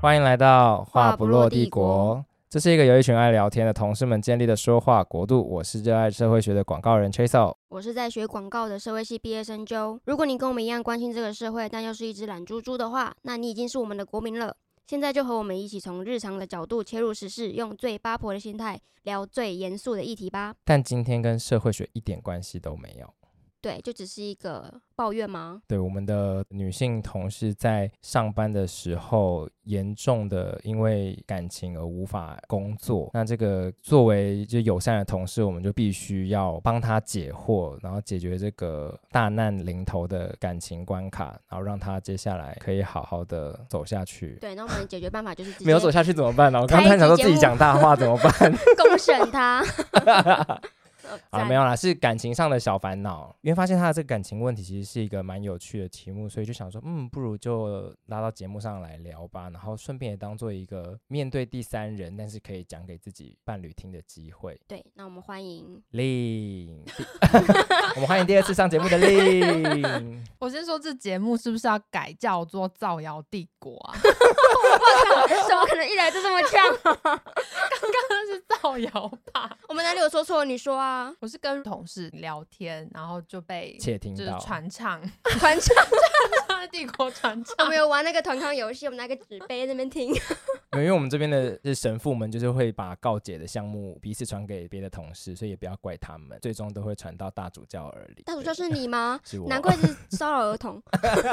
欢迎来到话不落帝国，这是一个由一群爱聊天的同事们建立的说话国度。我是热爱社会学的广告人 Chaseo， 我是在学广告的社会系毕业生 Joe。如果你跟我们一样关心这个社会，但又是一只懒猪猪的话，那你已经是我们的国民了。现在就和我们一起从日常的角度切入时事，用最八婆的心态聊最严肃的议题吧。 但今天跟社会学一点关系都没有。 对，就只是一个抱怨吗？ 对，我们的女性同事在上班的时候严重的因为感情而无法工作，那这个作为就友善的同事，我们就必须要帮她解惑，然后解决这个大难临头的感情关卡，然后让她接下来可以好好的走下去。 对，那我们的解决办法就是直接没有走下去怎么办呢？我刚才想说自己讲大话怎么办？ 公审他。 啊，没有啦，是感情上的小烦恼。因为发现他的这个感情问题其实是一个蛮有趣的题目，所以就想说，不如就拉到节目上来聊吧，然后顺便也当做一个面对第三人，但是可以讲给自己伴侣听的机会。 对，那我们欢迎令，我们欢迎第二次上节目的令。 我先说这节目是不是要改叫做造谣帝国啊？ 怎么可能一来就这么呛？ 刚刚是造谣吧？ 我们哪里有说错？你说啊。 我是跟同事聊天，然后就被窃听到， 就是传唱帝国传唱。 我们有玩那个团康游戏，我们拿个纸杯在那边听。 因为我们这边的神父们就是会把告解的项目彼此传给别的同事，所以也不要怪他们，最终都会传到大主教耳里。 大主教是你吗？ 是我。 难怪是骚扰儿童。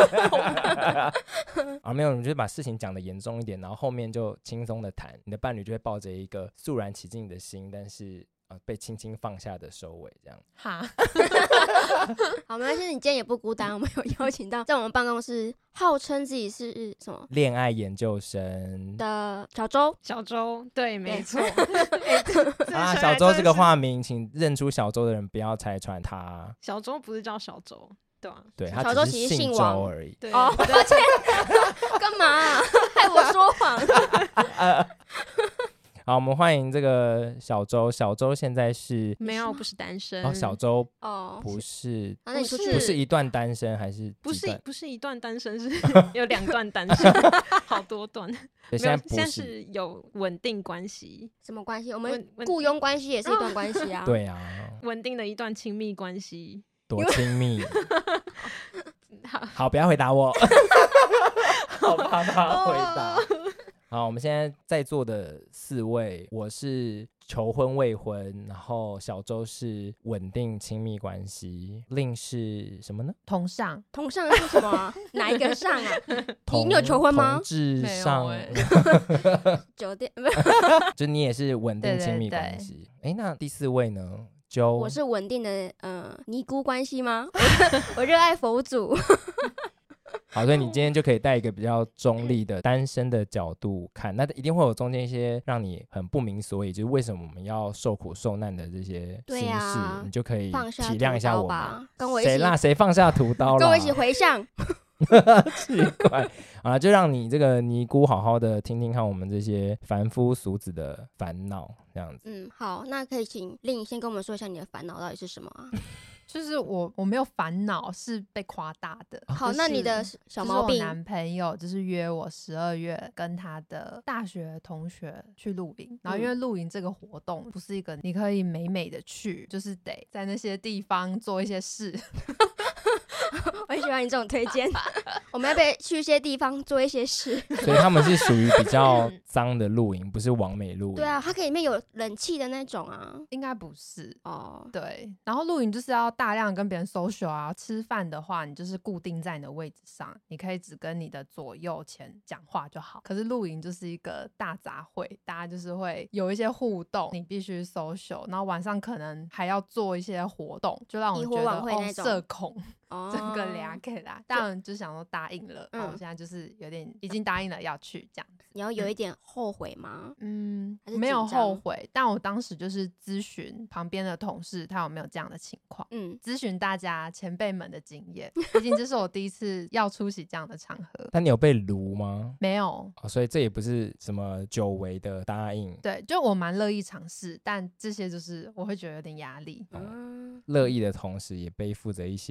啊，没有，你就把事情讲得严重一点，然后后面就轻松的谈，你的伴侣就会抱着一个肃然起敬的心，但是被轻轻放下的收尾，这样。 哈， 好，没关系，你今天也不孤单，我们有邀请到在我们办公室号称自己是什么恋爱研究生的小周。 小周，对，没错。 啊，小周这个化名，请认出小周的人不要拆穿他。 小周不是叫小周，对吧？ 对，他小周只是姓周而已。 对哦，抱歉，干嘛啊？害我说谎。 好，我们欢迎这个小周。小周现在是没有，不是单身。 哦，小周哦， 不是， 那你出去不是一段单身还是不几段？ 是一段单身，是有2段单身，好多段。 对， 没有， 不现在是有稳定关系。 什么关系？我们雇佣关系也是一段关系啊。 对啊， 稳定的一段亲密关系。 多亲密。好，不要回答我。好怕他回答。好，我们现在在座的4位，我是求婚未婚，然后小周是稳定亲密关系，令是什么呢？ 同上是什么啊？哪一个上啊？你有求婚吗？ 同志上， 酒店就你也是稳定亲密关系。哎，那第4位呢？ 我是稳定的尼姑关系吗？我热爱佛祖。 好，所以你今天就可以带一个比较中立的单身的角度看，那一定会有中间一些让你很不明所以，就是为什么我们要受苦受难的这些心事，你就可以体谅一下我们。 跟我一起谁放下屠刀了？ 跟我一起回向。 奇怪啊，就让你这个尼姑好好的听听看我们这些凡夫俗子的烦恼，这样子。 好，那可以请令先跟我们说一下你的烦恼到底是什么啊？ 就是我没有烦恼，是被夸大的。 好，那你的小毛病？ 就是我男朋友就是约我12月跟他的大学同学去露营，然后因为露营这个活动不是一个你可以美美的去，就是得在那些地方做一些事。 我很喜欢你这种推荐。我们要不要去一些地方做一些事？ 所以他们是属于比较脏的露营，不是完美露营。 对啊，它可以里面有冷气的那种啊。 应该不是哦。 对，然后露营就是要大量跟别人 social 啊，吃饭的话你就是固定在你的位置上，你可以只跟你的左右前讲话就好。可是露营就是一个大杂烩，大家就是会有一些互动，你必须 social， 然后晚上可能还要做一些活动，就让我觉得社恐。整个俩给啦，当然就想说答应了，我现在就是有点已经答应了要去这样子。 你要有一点后悔吗？ 没有后悔，但我当时就是咨询旁边的同事，他有没有这样的情况，咨询大家前辈们的经验，毕竟这是我第一次要出席这样的场合。 但你有被撸吗？ 没有， 所以这也不是什么久违的答应。 对，就我蛮乐意尝试，但这些就是我会觉得有点压力。 乐意的同时也背负着一些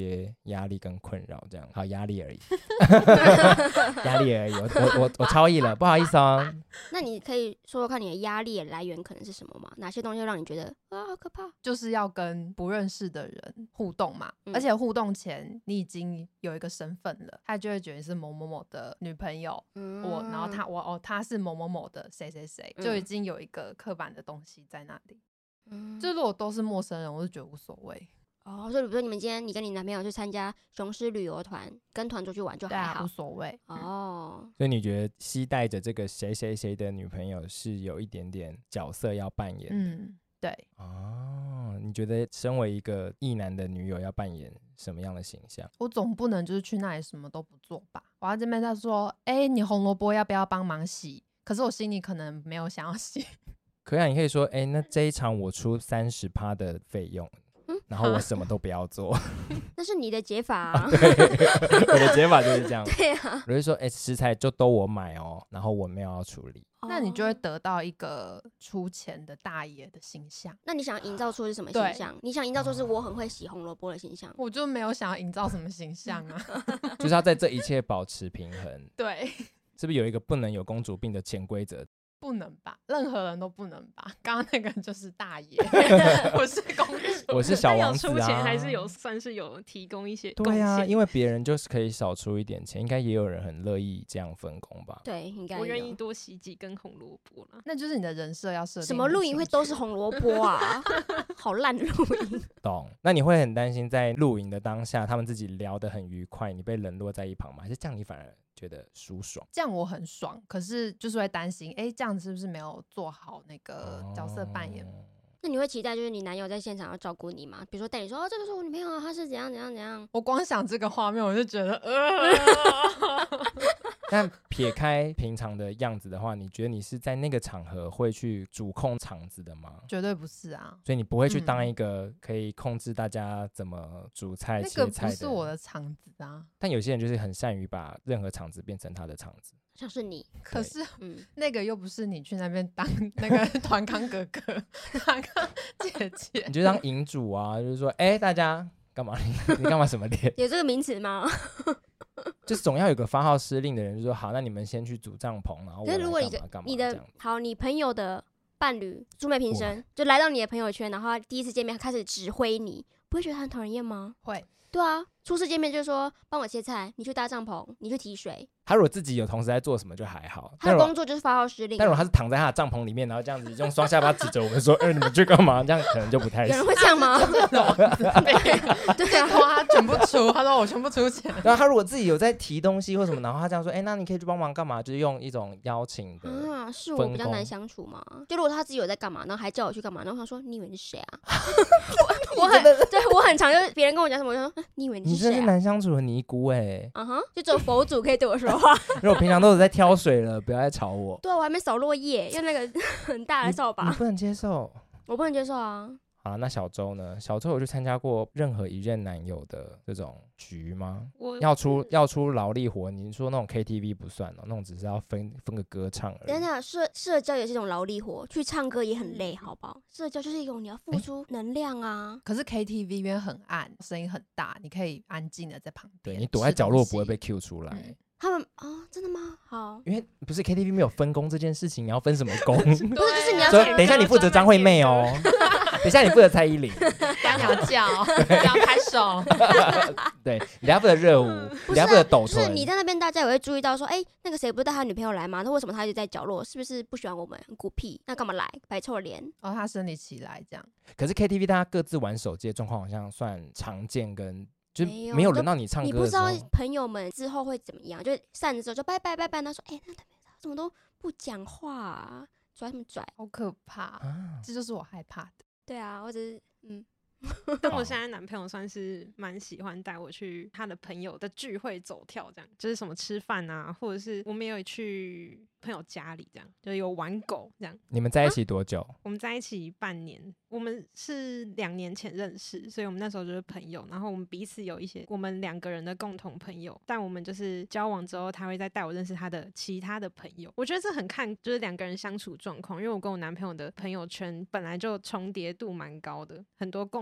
压力跟困扰这样。好，压力而已，压力而已。我超译了，不好意思哦。 那你可以说说看你的压力的来源可能是什么吗？哪些东西会让你觉得啊好可怕？ 就是要跟不认识的人互动嘛，而且互动前你已经有一个身份了，他就会觉得你是某某某的女朋友，然后他是某某某的谁谁谁，就已经有一个刻板的东西在那里。就如果都是陌生人，我就觉得无所谓。 所以比如说你跟你男朋友去参加雄狮旅游团，跟团出去玩就还好， 无所谓。 所以你觉得携带着这个谁谁谁的女朋友是有一点点角色要扮演的？ 对。 你觉得身为一个异男的女友要扮演什么样的形象？ 我总不能就是去那里什么都不做吧？我要这边在说，你红萝卜要不要帮忙洗？可是我心里可能没有想要洗。 可以啊，你可以说，那这一场我出30%的费用，然后我什么都不要做。 那是你的解法啊。 对，我的解法就是这样。 对啊， 我就说，食材就都我买哦，然后我没有要处理。 那你就会得到一个出钱的大爷的形象。 那你想营造出是什么形象？你想营造出是我很会洗红萝卜的形象？ 我就没有想要营造什么形象啊。 就是要在这一切保持平衡。 对， 是不是有一个不能有公主病的潜规则？ 不能吧，任何人都不能吧。刚刚那个就是大爷，我是公主， 我是小王子啊。 出钱还是算是有提供一些贡献。 对啊，因为别人就是可以少出一点钱，应该也有人很乐意这样分工吧？ 对，应该我愿意多洗几根红萝卜了。 那就是你的人设要设定。 什么露营会都是红萝卜啊？好烂的露营。 懂？那你会很担心在露营的当下，他们自己聊得很愉快，你被冷落在一旁吗？还是这样你反而觉得舒爽？ 这样我很爽，可是就是会担心，这样是不是没有做好那个角色扮演？ 那你会期待就是你男友在现场要照顾你吗？比如说带你说，这个是我女朋友啊，她是怎样怎样怎样。 我光想这个画面，我就觉得但撇开平常的样子的话，你觉得你是在那个场合会去主控场子的吗？ 绝对不是啊， 所以你不会去当一个可以控制大家怎么煮菜、切菜的。 那个不是我的场子啊。 但有些人就是很善于把任何场子变成他的场子。 像是你， 可是那个又不是你去那边当那个团康哥哥、团康姐姐， 你就当营主啊，就是说，大家干嘛？你干嘛什么脸？ 有这个名词吗？ 就是总要有个发号施令的人，就说好，那你们先去组帐篷，然后我来干嘛干嘛。 你的好，你朋友的伴侣朱梅平生就来到你的朋友圈，然后他第一次见面开始指挥你，不会觉得他很讨人厌吗？ 会。 对啊，初次见面就说帮我切菜，你去搭帐篷，你去提水。 他如果自己有同时在做什么就还好， 他的工作就是发号施令。 但如果他是躺在他的帐篷里面，然后这样子用双下巴指着我们说：“你们去干嘛？”这样可能就不太行。 有人会这样吗？ 对啊，他全部出，他说我全部出钱。 然后他如果自己有在提东西或什么，然后他这样说：“那你可以去帮忙干嘛？”就是用一种邀请的。 是我比较难相处吗？就如果他自己有在干嘛，然后还叫我去干嘛，然后他说：“你以为你是谁啊？”我很常就是别人跟我讲什么，我就说：“你以为你是谁啊？” 你真是难相处的尼姑就只有佛祖可以对我说话。 如果平常都有在挑水了，不要再吵我。 对啊，我还没扫落叶，用那个很大的扫把。 你不能接受？ 我不能接受啊。 好，那小周呢？小周有去参加过任何一任男友的这种局吗？要出劳力活，你说那种 KTV 不算哦，那种只是要分个歌唱而已。 等等，社交也是一种劳力活，去唱歌也很累，好不好？社交就是一种你要付出能量啊。 可是 KTV 因为很暗，声音很大，你可以安静的在旁边。 对，你躲在角落不会被 Q 出来。 他们真的吗？好， 因为不是 KTV 没有分工这件事情，你要分什么工？不是， 就是你要说等一下你负责张惠妹哦，等一下你负责蔡依林， 等下你要叫，你要拍手， 对，你要负责热舞，你要负责抖臀。 是你在那边，大家也会注意到说，那个谁不是带他女朋友来吗？那为什么他一直在角落？是不是不喜欢我们？很孤僻，那干嘛来？摆臭脸？ 他生理期来这样。 可是 KTV 大家各自玩手机的状况好像算常见跟。就没有轮到你唱歌的时候， 你不知道朋友们之后会怎么样，就散的时候就拜拜拜拜，他说那怎么都不讲话啊，拽什么拽， 好可怕这就是我害怕的。 对啊，我只是但我现在男朋友算是蛮喜欢带我去他的朋友的聚会走跳，这样就是什么吃饭啊，或者是我们也有去朋友家里，这样就是有玩狗这样。 你们在一起多久？ 我们在一起半年，我们是2年前认识，所以我们那时候就是朋友，然后我们彼此有一些我们2个人的共同朋友，但我们就是交往之后他会再带我认识他的其他的朋友。我觉得这很看就是2个人相处状况，因为我跟我男朋友的朋友圈本来就重叠度蛮高的，很多共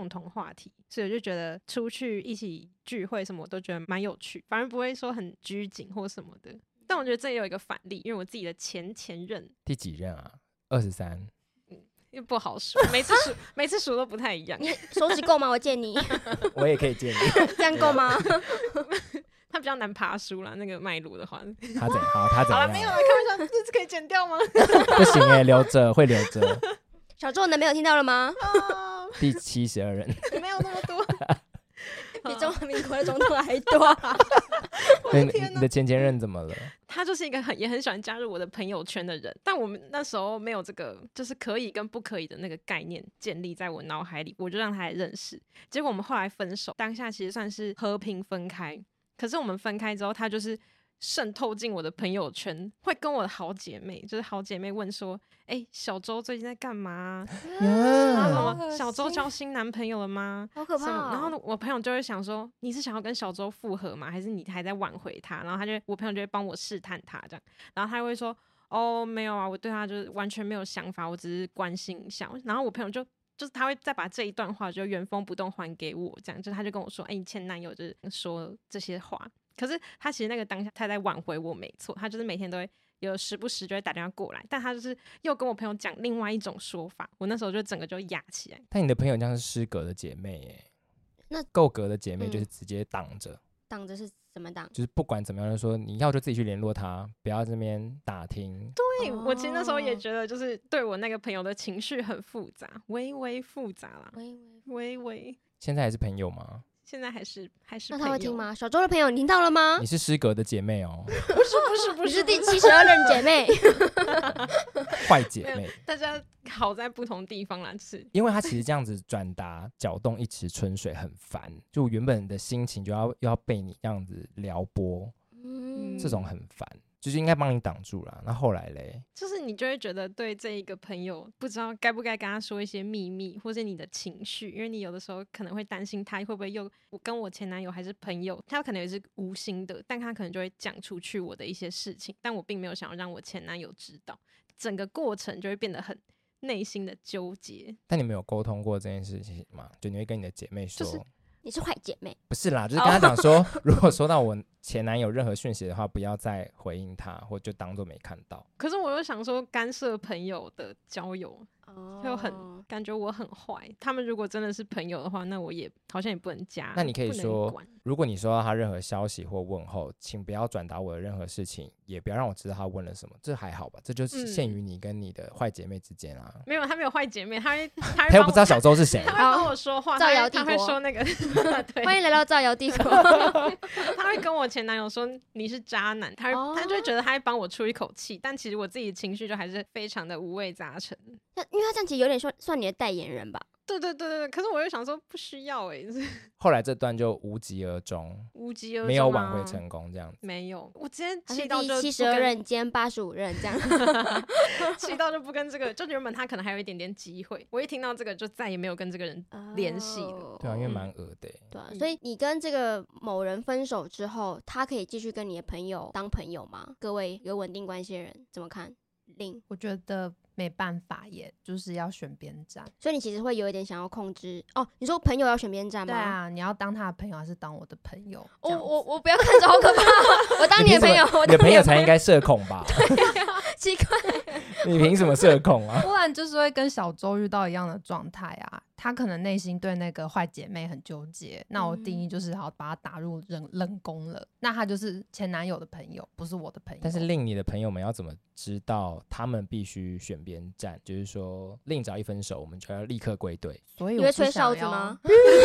共同话题，所以我就觉得出去一起聚会什么我都觉得蛮有趣，反而不会说很拘谨或什么的。但我觉得这也有一个反例，因为我自己的前任第几任啊？23。 又不好数，每次数都不太一样。 你手指够吗？我借你， 我也可以建议。 这样够吗？ 他比较难爬书啦，那个脉络的话。 他怎样？ 好了，没有了，开玩笑，这次可以剪掉吗？ 不行留着会留着。 小周男朋友听到了吗？ 第72任。 没有那么多。 比中华民国的总统还多啊。 你的前任怎么了？ 他就是一个也很喜欢加入我的朋友圈的人，但我们那时候没有这个就是可以跟不可以的那个概念建立在我脑海里，我就让他来认识。结果我们后来分手，当下其实算是和平分开。可是我们分开之后，他就是渗透进我的朋友圈，会跟我的好姐妹，就是好姐妹问说：“小周最近在干嘛？然后什么小周交新男朋友了吗？ 好可怕哦。 然后我朋友就会想说，你是想要跟小周复合吗？还是你还在挽回他？然后我朋友就会帮我试探他这样，然后他会说：哦，没有啊，我对他就是完全没有想法，我只是关心一下。然后我朋友就是他会再把这一段话就原封不动还给我，这样就他就跟我说：你前男友就是说这些话。可是他其实那个当下他在挽回我，没错，他就是每天都会有时不时就会打电话过来，但他就是又跟我朋友讲另外一种说法，我那时候就整个就哑起来。 但你的朋友这样是失格的姐妹耶， 那够格的姐妹就是直接挡着， 挡着是怎么挡？ 就是不管怎么样，就说你要就自己去联络他，不要这边打听。 对，我其实那时候也觉得，就是对我那个朋友的情绪很复杂，微微复杂啦，微。 现在还是朋友吗？ 现在还是那他会听吗？小周的朋友，你听到了吗？ 你是失格的姐妹哦。 不是你是第72任姐妹。 坏姐妹。 大家好在不同地方啦，是因为他其实这样子转达搅动一池春水很烦，就原本的心情就要被你这样子撩拨，这种很烦，就是应该帮你挡住啦。那后来嘞， 就是你就会觉得对这一个朋友不知道该不该跟他说一些秘密，或是你的情绪，因为你有的时候可能会担心他会不会又我跟我前男友还是朋友，他可能也是无心的，但他可能就会讲出去我的一些事情，但我并没有想要让我前男友知道，整个过程就会变得很内心的纠结。 但你们有沟通过这件事情吗？就你会跟你的姐妹说， 就是你是坏姐妹， 不是啦，就是跟她讲说，如果收到我前男友任何讯息的话，不要再回应他，或就当做没看到。 可是我又想说，干涉朋友的交友就很感觉我很坏。他们如果真的是朋友的话，那我也好像也不能加。 那你可以说，如果你收到他任何消息或问候，请不要转达我的任何事情，也不要让我知道他问了什么，这还好吧？这就是限于你跟你的坏姐妹之间啊。 没有，他没有坏姐妹，他又不知道小周是谁， 他会帮我说话， 造谣帝国， 他会说那个欢迎来到造谣帝国。 他会跟我前男友说你是渣男，他就会觉得他会帮我出一口气，但其实我自己的情绪就还是非常的五味杂陈。 因为他这样其实有点算你的代言人吧。 对，可是我又想说不需要后来这段就无疾而终，没有挽回成功这样子。 没有，我今天气到就第72任，今天85任这样。 气到就不跟这个，就原本他可能还有一点点机会，我一听到这个就再也没有跟这个人联系了。 对啊，因为蛮恶的。 对啊，所以你跟这个某人分手之后，他可以继续跟你的朋友当朋友吗？各位有稳定关系的人怎么看？ 我觉得没办法耶，就是要选边站。 所以你其实会有一点想要控制哦。你说朋友要选边站吗？ 对啊，你要当他的朋友还是当我的朋友？ 我不要看着好可怕。我当你的朋友， 你的朋友才应该社恐吧？ 奇怪， 你凭什么社恐啊？ 不然就是会跟小周遇到一样的状态啊。他可能内心对那个坏姐妹很纠结，那我定义就是好把他打入冷宫了。那他就是前男友的朋友，不是我的朋友。 但是令你的朋友们要怎么知道他们必须选边站？就是说，令只要一分手，我们就要立刻归队。 所以你会吹哨子吗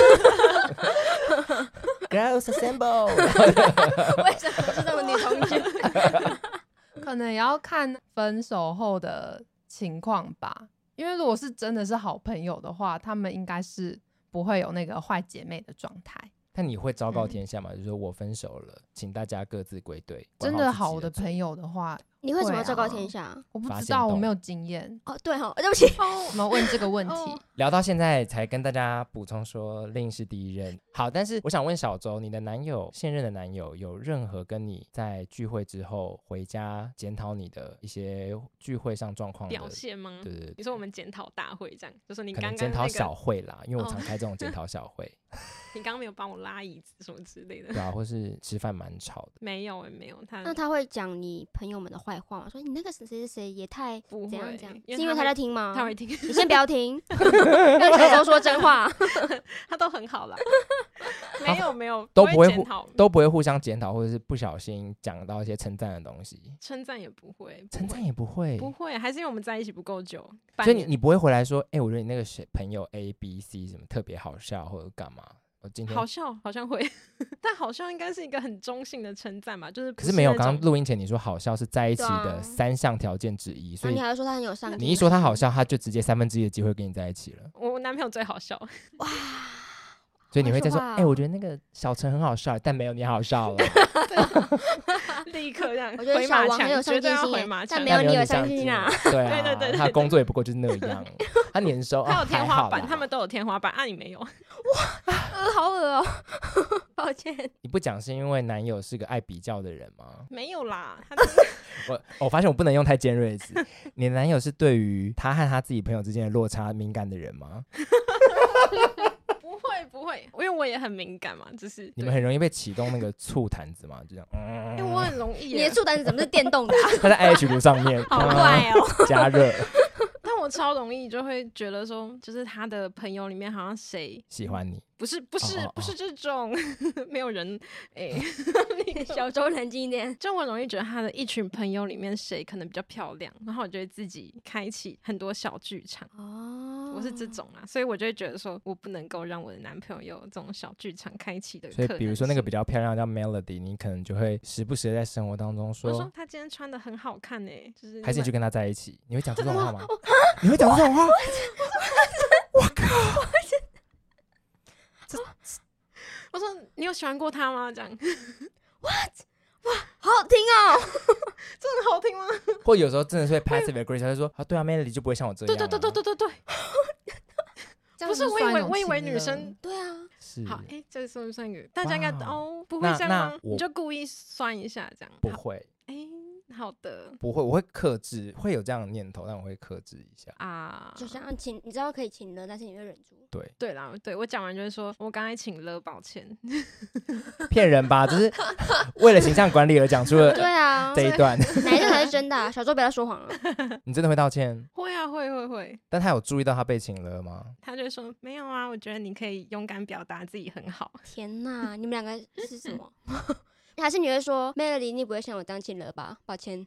？Girls Assemble 为什么是这么女同志？ 可能也要看分手后的情况吧。因为如果是真的是好朋友的话，他们应该是不会有那个坏姐妹的状态。 但你会昭告天下吗？就是说我分手了，请大家各自归队。 真的好的朋友的话， 你会怎么会啊昭告天下？ 我不发现动知道，我没有经验。 哦，对哦，对不起， 我们问这个问题， 聊到现在才跟大家补充说令是第一任。好，但是我想问小周，你的现任的男友有任何跟你在聚会之后回家检讨你的一些聚会上状况的表现吗？ 对对对， 你说我们检讨大会这样，就说你可刚刚能检讨那个， 小会啦，因为我哦常开这种检讨小会， 你刚刚没有帮我拉椅子什么之类的。 对啊，或是吃饭蛮吵的。 没有没有， 那他会讲你朋友们的坏话吗？说你那个谁谁谁也太不会怎样怎样， 因为是因为他会在听吗？ 他会听， 你先不要听，让小周说真话。 他都很好啦。没有没有， 都不会检讨， 都不会互相检讨，或者是不小心讲到一些称赞的东西， 称赞也不会， 称赞也不会。 不会，还是因为我们在一起不够久，半年所以你不会回来说，我觉得你那个谁朋友 A B C 什么特别好笑，或者干嘛？我今天好笑好像会，但好笑应该是一个很中性的称赞嘛，就是可是没有， 那种刚刚录音前你说好笑是在一起对啊的3项条件之一，所以然后你还会说他很有上进， 你一说他好笑，他就直接1/3的机会跟你在一起了。 我男朋友最好笑， 哇， 所以你会再说， 好说话哦我觉得那个小陈很好笑，但没有你好笑了。 立刻这样我觉得回马小王很有枪，绝对要上进心耶回马枪但没。有你有上上进啊。 对啊， 对对对他工作也不过就是那样，他年收他有天花板， 还好啦他们都有天花板，啊，你没有。 好恶哦，抱歉。 你不讲是因为男友是个爱比较的人吗？ 没有啦，他我发现我不能用太尖锐的词。你的男友是对于他和他自己朋友之间的落差敏感的人吗？ 不会，因为我也很敏感嘛，就是你们很容易被启动那个醋坛子嘛，就这样。 因为我很容易耶， 你的醋单子怎么是电动的啊？ 他在 IH 炉上面， 好怪哦。 加热， 但我超容易就会觉得说，就是他的朋友里面好像谁喜欢你。 不是哦不是这种，没有人小周冷静一点。 就我很容易觉得他的一群朋友里面谁可能比较漂亮，然后我就会自己开启很多小剧场。 哦， 我是这种啊，所以我就会觉得说，我不能够让我的男朋友有这种小剧场开启的可能性。 所以比如说那个比较漂亮叫 Melody，你可能就会时不时的在生活当中我说说， 他今天穿的很好看欸，就是还是你去跟他在一起，你会讲这种话吗？你会讲这种话？我靠！ 我说你有喜欢过他吗？这样好好听哦。 这很好听吗？ 或有时候真的是会 passive aggressive，他就说啊，对啊，Melody 就不会像我这样、啊。 对对对对对对对， 这样不是我以算一种为我以为情勒女生对啊， 是好这个算不算一个？大家应该哇哦不会这样吗？ 那我你就故意酸一下这样。好不会好的不会，我会克制，会有这样的念头，但我会克制一下。 啊， 就像请，你知道可以请了，但是你会忍住。 对， 对啦，对我讲完就是说我刚才请了，抱歉。 骗人吧，只是为了形象管理而讲出了对啊， 这一段。 哪一个才是真的啊？小周不要再说谎了。 你真的会道歉？ 会啊，会， 但他有注意到他被请了吗？ 他就说没有啊，我觉得你可以勇敢表达自己很好。 天哪，你们两个是什么？还是你会说 Melody，你不会像我当亲了吧？抱歉。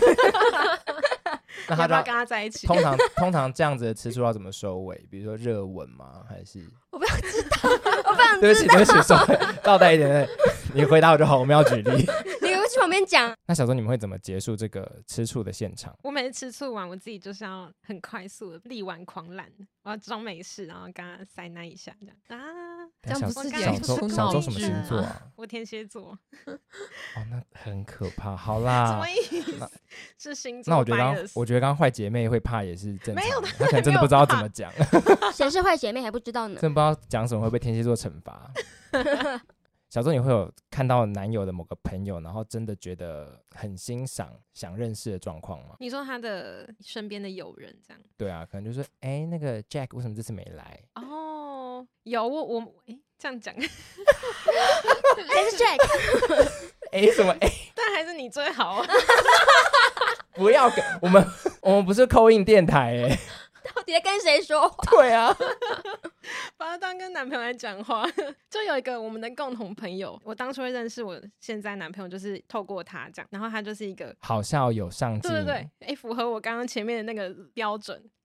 那他就要不要跟他在一起？ 通常这样子的吃醋要怎么收尾？比如说热吻吗？还是我不想知道，我不想对不起， 知道。 对不起，收尾倒带一点的，你回答我就好，我们要举例。 你会去旁边讲。 那小周你们会怎么结束这个吃醋的现场？ 我每次吃醋完，我自己就是要很快速的力挽狂澜，我要装没事，然后跟他塞奶一下，这样啊。 这样不是小演出小闹周什么星剧吗座啊？ 我天蝎座， 哦，那很可怕。好什啦么，意思？是星座那我觉得 bias 我觉得刚刚坏姐妹会怕也是正常的， 没有她可能真的不知道怎么讲， 谁是坏姐妹还不知道呢？ 真的不知道讲什么会被天蝎座惩罚。小周，你会有看到男友的某个朋友，然后真的觉得很欣赏、想认识的状况吗？ 你说他的身边的友人这样对啊，可能就是那个 Jack 为什么这次没来？ 哦，有我这样讲， 谁是 Jack？ 什么但还是你最好。 不要给我们不是扣印电台到底在跟谁说话？ 对啊， 把他当跟男朋友在讲话。就有一个我们的共同朋友，我当初会认识我现在男朋友，就是透过他这样，然后他就是一个好笑有上进， 对，符合我刚刚前面的那个标准。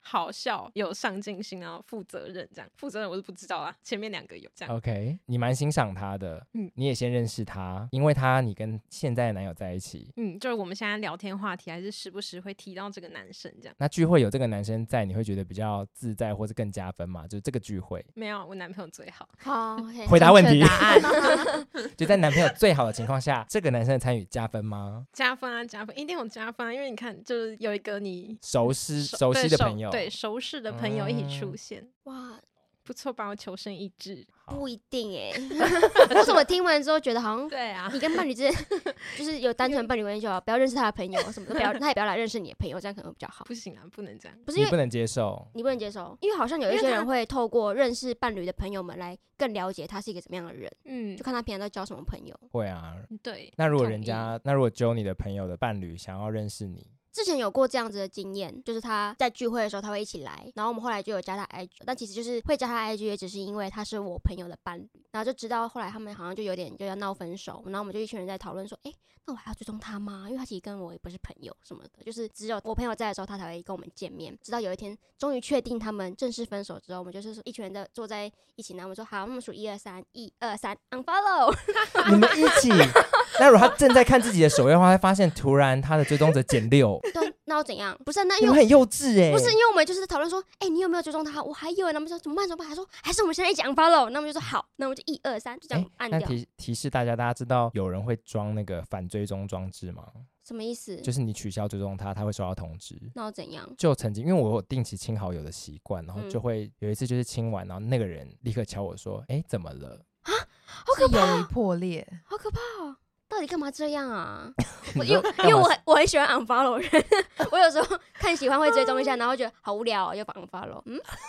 好笑、有上进心，然后负责任这样。负责任我是不知道啊，前面2个有这样。 OK， 你蛮欣赏他的，你也先认识他，因为你跟现在的男友在一起， 就是我们现在聊天话题还是时不时会提到这个男生这样。 那聚会有这个男生在，你会觉得比较自在，或是更加分吗？就是这个聚会没有，我男朋友最好。 好，okay， 回答问题， 正确答案就在男朋友最好的情况下，这个男生的参与加分吗？ 加分啊，加分，一定有加分啊！因为你看，就是有一个你熟悉的朋友， 对熟识的朋友一起出现， 哇， 不错吧？我求生意志。 不一定哎，为什么听完之后觉得好像对啊， 你跟伴侣之间就是有单纯伴侣关系就好，不要认识他的朋友什么的，他也不要来认识你的朋友，这样可能会比较好。 不行啊，不能这样。 不是因为你不能接受， 你不能接受，因为好像有一些人会透过认识伴侣的朋友们来更了解他是一个怎么样的人，就看他平常都交什么朋友。 会啊， 对。 那如果揪你的朋友的伴侣想要认识你， 之前有过这样子的经验，就是他在聚会的时候他会一起来，然后我们后来就有加他 IG， 但其实就是会加他 IG 也只是因为他是我朋友的伴侣，然后就知道后来他们好像就有点就要闹分手，然后我们就一群人在讨论说，那我还要追踪他吗？因为他其实跟我也不是朋友什么的，就是只有我朋友在的时候他才会跟我们见面。直到有一天终于确定他们正式分手之后，我们就是说一群人在坐在一起，然后我们说好，我们数1 2 3，1 2 3 unfollow 你们一起。那如果他正在看自己的首页的话，会发现突然他的追踪者减6， 对，那要怎样？不是，那因为你们很幼稚不是因为我们就是讨论说，你有没有追踪他？我还有，那我们说怎么办？还说还是我们现在一起 unfollow，那我们就说好，那我们就1 2 3就这样按掉。 那提示大家知道有人会装那个反追踪装置吗？ 什么意思？ 就是你取消追踪他会收到通知。 那要怎样？ 就曾经因为我有定期清好友的习惯，然后就会有一次就是清完，然后那个人立刻敲我说，怎么了？ 啊，好可怕， 友谊破裂， 好可怕哦！到底干嘛这样啊？因为我很喜欢 unfollow 人，我有时候看喜欢会追踪一下，然后觉得好无聊，又 unfollow。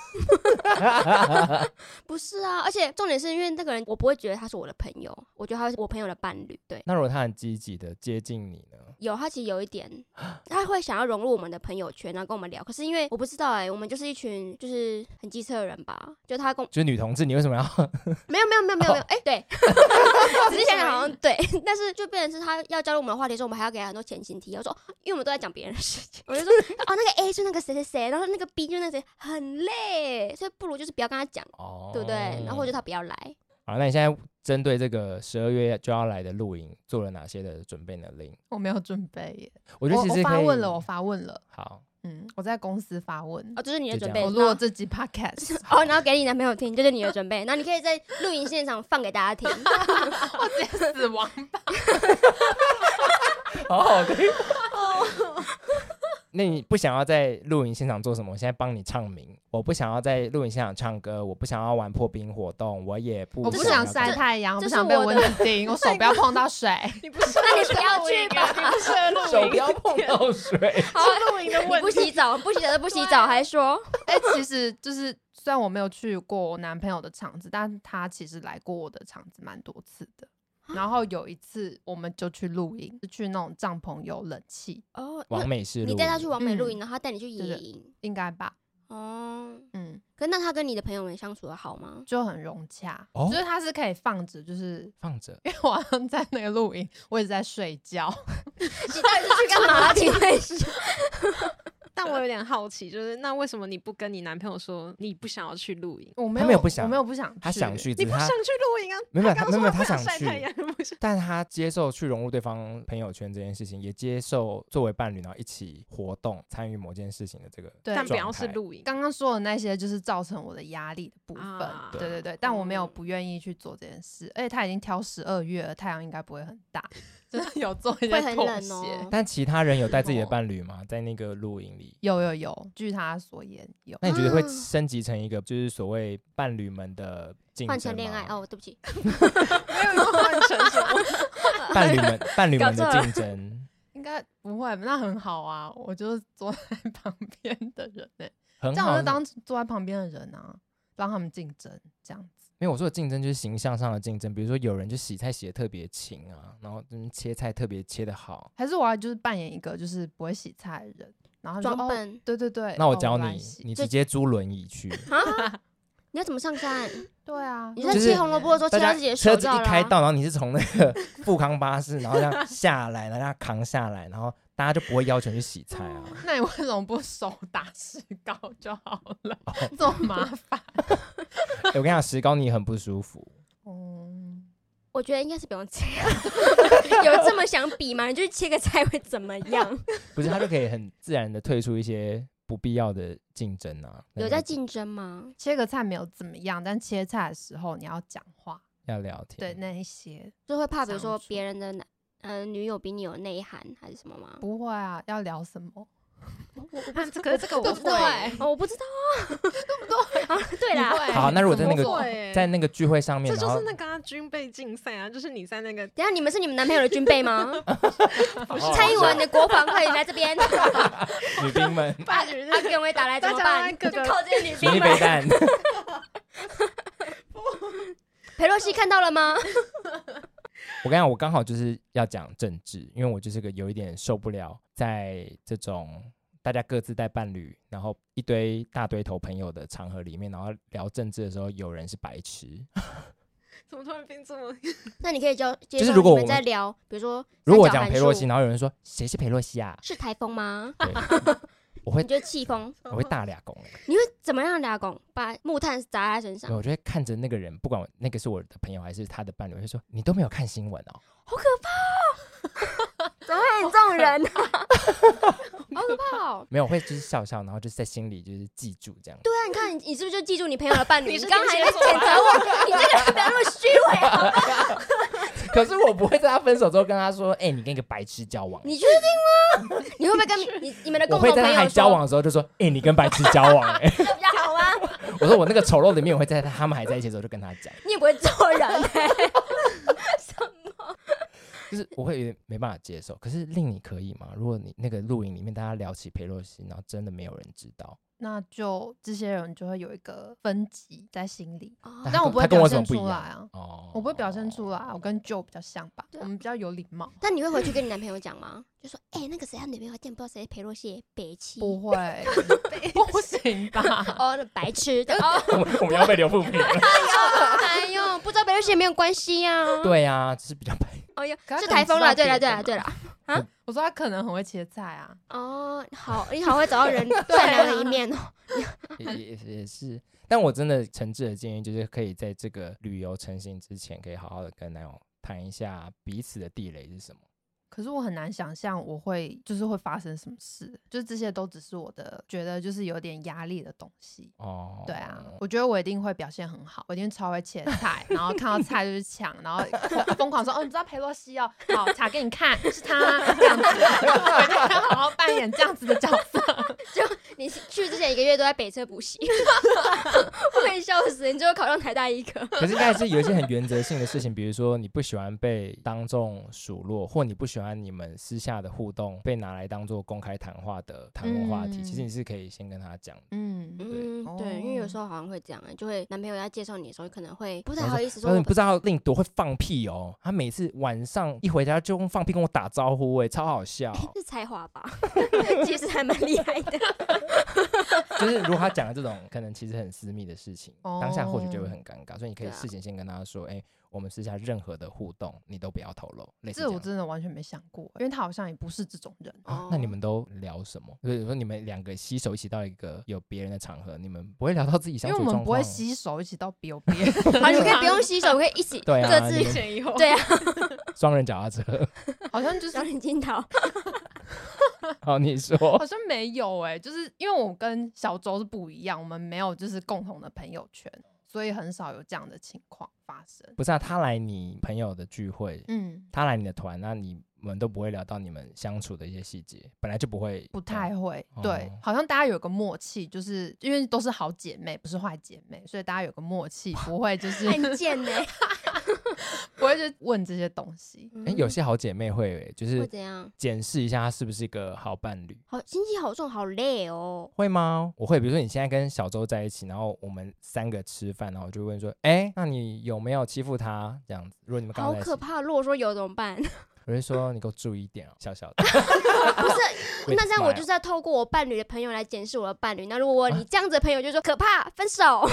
不是啊，而且重点是因为那个人我不会觉得他是我的朋友，我觉得他是我朋友的伴侣。对， 那如果他很积极的接近你呢？ 他其实有一点，他会想要融入我们的朋友圈，然后跟我们聊。可是因为我不知道我们就是一群就是很机车的人吧，就他就是女同志，你为什么要？ 没有，对，只是想想好像对，但是就变成是他要加入我们的话题的时候，我们还要给他很多前情提要，说因为我们都在讲别人的事情，我就说那个 A 是那个谁谁谁，然后那个 B 就是那个谁，很累，所以不如就是不要跟他讲，对不对？然后或者他不要来。 好，那你现在针对这个12月就要来的露营做了哪些的准备呢？林， 我没有准备耶。 我觉得其实我发问了。 好， 我在公司发问。 这是你的准备。 我录了这集 podcast， 然后给你男朋友听，这是你的准备。然后你可以在露营现场放给大家听。 我直接死亡吧。 好好听。那你不想要在露营现场做什么？我现在帮你唱名。我不想要在露营现场唱歌，我不想要玩破冰活动，我不想晒太阳，不想被蚊子叮，我手不要碰到水。 你不是，那你不要去吧。 手不要碰到水。 好，露营的问题。你不洗澡，不洗澡还说？ 其实就是虽然我没有去过我男朋友的场子，但他其实来过我的场子蛮多次的。然后有一次我们就去露营，去那种帐篷有冷气完美式露营。 你带他去完美露营，然后他带你去野营， 应该吧？ 可是那他跟你的朋友们相处的好吗？ 就很融洽，就是他是可以放着，因为我好像在那个露营，我一直在睡觉。 你到底是去干嘛？请问一下。 但我有点好奇，就是那为什么你不跟你男朋友说你不想要去露营？ 我没有不想去， 他想去， 你不想去露营啊？ 没有，他想去，但他接受去融入对方朋友圈这件事情，也接受作为伴侣然后一起活动参与某件事情的这个状态， 但不要是露营。 刚刚说的那些就是造成我的压力的部分，对，但我没有不愿意去做这件事，而且他已经挑12月了，太阳应该不会很大。就是有做一些妥协， 但其他人有带自己的伴侣吗？在那个露营里？ 有，据他所言有。 那你觉得会升级成一个就是所谓伴侣们的竞争吗？ 换成恋爱哦，对不起， 没有换成什么伴侣们的竞争， 应该不会，那很好啊。我就是坐在旁边的人很好， 这样我就当坐在旁边的人啊，让他们竞争这样子。 因为我说的竞争就是形象上的竞争，比如说有人就洗菜洗得特别勤啊，然后切菜特别切得好， 还是我要就是扮演一个就是不会洗菜的人，然后装笨， 对， 那我教你，你直接租轮椅去啊？你要怎么上山？ 对啊， 你在切红萝卜的时候切到自己的手车子一开道，然后你是从那个富康巴士，然后这样下来，然后让它扛下来，然后大家就不会要求你去洗菜啊。 那你为什么不手打石膏就好了？这么麻烦。 我跟你讲，石膏你很不舒服。 我觉得应该是不用这样。有这么想比吗？你就是切个菜会怎么样？ 不是，他就可以很自然的退出一些不必要的竞争啊。 有在竞争吗？ 切个菜没有怎么样，但切菜的时候你要讲话， 要聊天。 对那一些就会怕，比如说别人的女友比你有内涵还是什么吗？ 不会啊，要聊什么？ 可是这个我会， 我不知道啊，对不对？啊，对啦。 好，那如果在那怎么会个在那个聚会上面， 这就是然后那个军备竞赛啊，就是你在那个等一下你们是你们男朋友的军备吗？蔡英文的国防快点来这边， 女兵们阿根会打来怎么办？就靠这些女兵迷飞弹。 裴洛西看到了吗？ 我跟你讲，我刚好就是要讲政治，因为我就是个有一点受不了在这种大家各自带伴侣，然后大堆头朋友的场合里面，然后聊政治的时候，有人是白痴。 怎么突然变这么？ 那你可以接就是如果我们在聊，比如说如果我讲裴洛西，然后有人说谁是裴洛西啊？ 是台风吗？ 对，我会你觉得气风？ 我会大俩拱。 你会怎么样俩拱？把木炭砸在他身上？ 我就会看着那个人，不管那个是我的朋友还是他的伴侣，我就说你都没有看新闻哦， 好可怕哦！怎么会有这种人啊？好可怕哦！ 没有，我会就是笑笑，然后就是在心里就是记住这样。 对啊，你看你是不是就记住你朋友的伴侣？ 你是刚刚还在谴责我，你这个人不要那么虚伪好不好？ 可是我不会在他分手之后跟他说，哎，你跟一个白痴交往。 你确定吗？你会不会跟你们的共同我会在他朋友还交往的时候就说，哎，你跟白痴交往。哎， 这比较好吗？ 我说我那个丑陋的面，我会在他们还在一起的时候就跟他讲。 你也不会做人哎。 就是我会有点没办法接受，可是令你可以吗？如果你那个录影里面大家聊起裴洛西，然后真的没有人知道， 那就这些人就会有一个分级在心里， 哦但我不会他跟表现我什么不一样出来啊。 哦， 我不会表现出来，我跟 Joe 比较像吧， 对啊我们比较有礼貌。 但你会回去跟你男朋友讲吗？就说，那个谁他女朋友见不知道谁是裴洛西北七， 不会，不行吧？ 哦，那白痴的哦。 我们要被留负评了。 哎呦，不知道裴洛西也没有关系啊。 对啊，只是比较白。 哎呦， 可他是台风了，对了，对了， 可能知道别的对了。 我说他可能很会切菜啊。 哦，好，你好会找到人善良的一面哦。 也是，但我真的诚挚的建议就是，可以在这个旅游成行之前，可以好好的跟男友谈一下彼此的地雷是什么。 可是我很难想象我会发生什么事，就是这些都只是我的觉得就是有点压力的东西。 哦， 对啊，我觉得我一定会表现很好，我一定超会切菜，然后看到菜就是抢，然后疯狂说，哦，你知道裴洛西哦，好，查给你看，是他这样子，我一定要好好扮演这样子的角色。 就你去之前1个月都在北车补习，我被笑死，你最后考上台大医科。 可是应该是有一些很原则性的事情，比如说你不喜欢被当众数落，或你不喜欢你们私下的互动被拿来当做公开谈话的谈论话题，其实你是可以先跟他讲的。 对，因为有时候好像会这样，就会男朋友在介绍你的时候，可能会不太好意思说。 你不知道令多会放屁哦，他每次晚上一回家就用放屁跟我打招呼，超好笑。 是才华吧？其实还蛮厉害的。 就是如果他讲的这种可能其实很私密的事情，当下或许就会很尴尬，所以你可以事前先跟他说，我们私下任何的互动你都不要透露。类似这样， 这我真的完全没想过，因为他好像也不是这种人。 那你们都聊什么？比如说你们2个携手一起到一个有别人的场合，你们不会聊到自己相处因为我们不会状况携手一起到有别人。 好，你可以不用洗手，可以一起对啊各自你们前以后。 对啊， 双人脚踏车。 好像就是小林金桃。 好，你说。 好像没有就是因为我跟小周是不一样，我们没有就是共同的朋友圈，所以很少有这样的情况发生。 不是啊，他来你朋友的聚会，他来你的团，那你们都不会聊到你们相处的一些细节，本来就不会， 不太会。对，好像大家有个默契，就是因为都是好姐妹，不是坏姐妹，所以大家有个默契，不会就是很贱呢， 不会就问这些东西。 有些好姐妹会就是会怎样检视一下他是不是一个好伴侣。 好，心机好重，好累哦。 会吗？我会，比如说你现在跟小周在一起，然后我们3个吃饭，然后我就问说，那你有没有欺负他？这样子，如果你们刚好在一起， 可怕。如果说有怎么办？ 我就说你给我注意一点哦，小小的。 不是，那这样我就是要透过我伴侣的朋友来检视我的伴侣。那如果你这样子的朋友就说可怕，分手。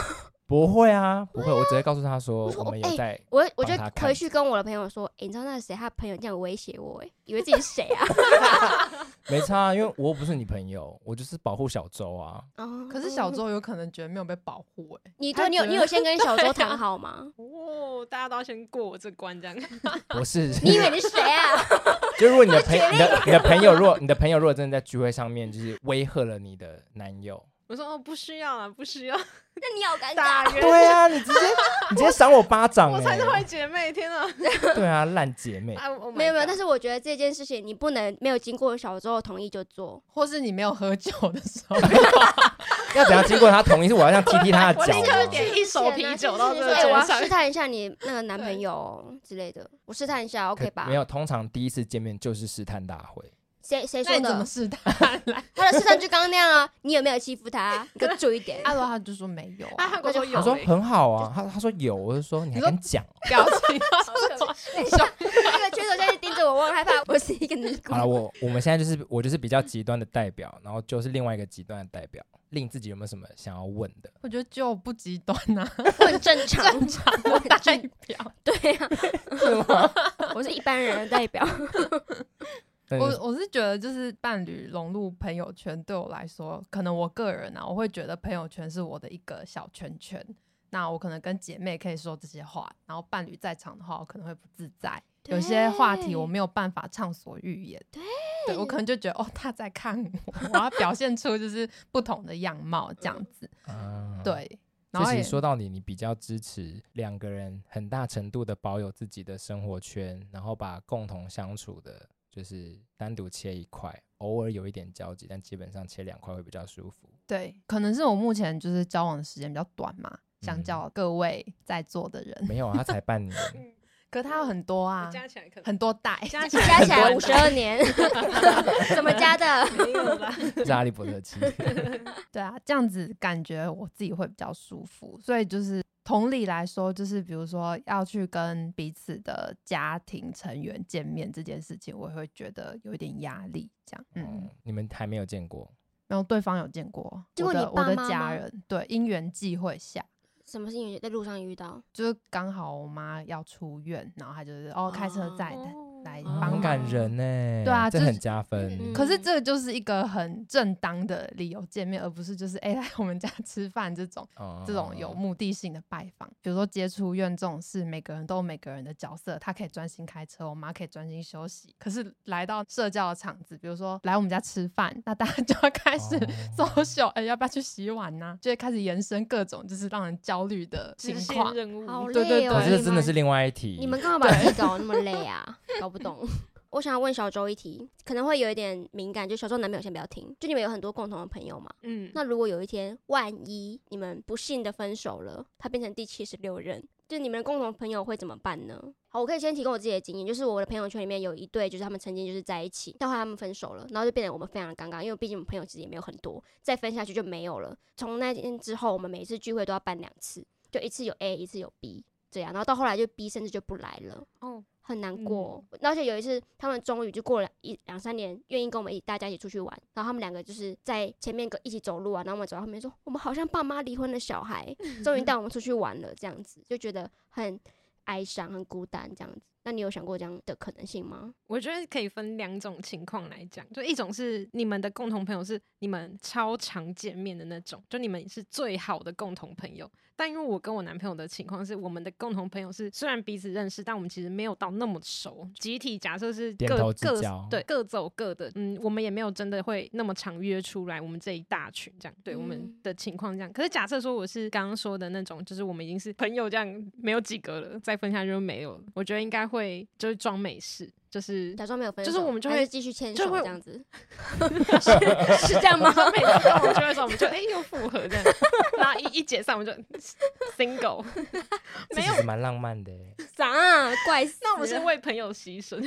不会啊，不会，我只会告诉他说我说我们有在我就帮他看回去跟我的朋友说，你知道那个谁，他朋友这样威胁我，以为自己是谁啊？ 没差啊，因为我又不是你朋友，我就是保护小周啊。 哦可是小周有可能觉得没有被保护你他觉得你有先跟小周谈好吗？ 哦，大家都要先过我这关这样。 不是， 你以为你是谁啊？ 就如果你的朋友如果真的在聚会上面就是威吓了你的男友， 我说不需要了，不需要。 那你好尴尬。 大约对啊，你直接赏我巴掌我才是坏哎， 姐妹，天啊！ 对啊，烂姐妹。 没有，但是我觉得这件事情你不能没有经过小周的同意就做。 或是你没有喝酒的时候， 要怎样经过他同意？是我要这样踢他的脚我立刻吗？ 点一手啤酒到这个我要桌上试。探一下你那个男朋友之类的，我试探一下，OK 吧？ 没有，通常第一次见面就是试探大会。 谁说那你怎么的？ 试探？ 他的试探就刚刚那样啊，你有没有欺负他？你给我注意一点。 阿罗他就说没有他啊， 韩国说有我说欸很好啊，他说有，我就说你还敢讲？ 表情等一下，那个拳手现在盯着我，我很害怕，我是一个女好了，我们现在我就是比较极端的代表，然后就是另外一个极端的代表。令自己有没有什么想要问的？ 我觉得就不极端啊， 我很正常，我很代正表。 对啊， 是吗？ 我是一般人的代表。 我是觉得就是伴侣融入朋友圈对我来说，可能我个人啊，我会觉得朋友圈是我的一个小圈圈。那我可能跟姐妹可以说这些话，然后伴侣在场的话，我可能会不自在。有些话题我没有办法畅所欲言，对我可能就觉得他在看我，我要表现出就是不同的样貌这样子，对。然后其实说到你比较支持两个人很大程度的保有自己的生活圈，然后把共同相处的，就是单独切一块，偶尔有一点交集，但基本上切2块会比较舒服。 对，可能是我目前就是交往的时间比较短嘛，相较各位在座的人， 没有啊，他才半年。 可他有很多啊， 加起来可能很多代， 加加起来52年，怎么加的？ 没有啦。 是哈利波特7。 对啊，这样子感觉我自己会比较舒服，所以就是同理来说，就是比如说要去跟彼此的家庭成员见面这件事情，我也会觉得有一点压力。这样， 你们还没有见过？ 然后对方有见过， 见过你我的爸妈吗家人，对，因缘际会下。 什么事情在路上遇到？ 就是刚好我妈要出院，然后她就是开车载来帮很忙。 感人呢。 对啊就是这很加分。 可是这个就是一个很正当的理由见面，而不是就是来我们家吃饭这种有目的性的拜访。比如说接出院这种事，每个人都有每个人的角色，他可以专心开车，我妈可以专心休息。可是来到社交的场子，比如说来我们家吃饭，那大家就要开始social，要不要去洗碗呢？就会开始延伸各种就是让人焦虑的情支况线。任务， 好对对累哦！ 可是这真的是另外一题。 你们干嘛把自己搞得那么累啊？搞不懂。我想要问小周一题，可能会有一点敏感，就小周男朋友先不要听。就你们有很多共同的朋友嘛，那如果有一天万一你们不幸的分手了，他变成第76任，就你们的共同朋友会怎么办呢？好，我可以先提供我自己的经验，就是我的朋友圈里面有一对，就是他们曾经就是在一起，但后来他们分手了，然后就变得我们非常的尴尬，因为毕竟我们朋友其实也没有很多，再分下去就没有了。从那天之后，我们每一次聚会都要办2次，就一次有 A， 一次有 B。这样，然后到后来就 B 甚至就不来了，很难过。而且有一次，他们终于就过了2-3年，愿意跟我们大家一起出去玩。然后他们2个就是在前面一起走路啊，然后我们走到后面说，我们好像爸妈离婚的小孩，终于带我们出去玩了，这样子就觉得很哀伤、很孤单这样子。那你有想过这样的可能性吗？ 我觉得可以分2种情况来讲，就一种是你们的共同朋友是你们超常见面的那种，就你们是最好的共同朋友。但因为我跟我男朋友的情况是，我们的共同朋友是虽然彼此认识，但我们其实没有到那么熟。集体假设是点头之交， 对，各走各的。我们也没有真的会那么常约出来，我们这一大群这样。对，我们的情况这样。可是假设说我是刚刚说的那种，就是我们已经是朋友这样，没有几个了，再分下去就没有了。我觉得应该会就是装没事。就是假装没有分手， 就是我们就会继续牵手这样子， 是这样吗？每次跟我们聚会的时候，我们就又复合这样，然后一解散我们就 single， 没有，蛮浪漫的。 啥啊？怪死！ 那我们是为朋友牺牲，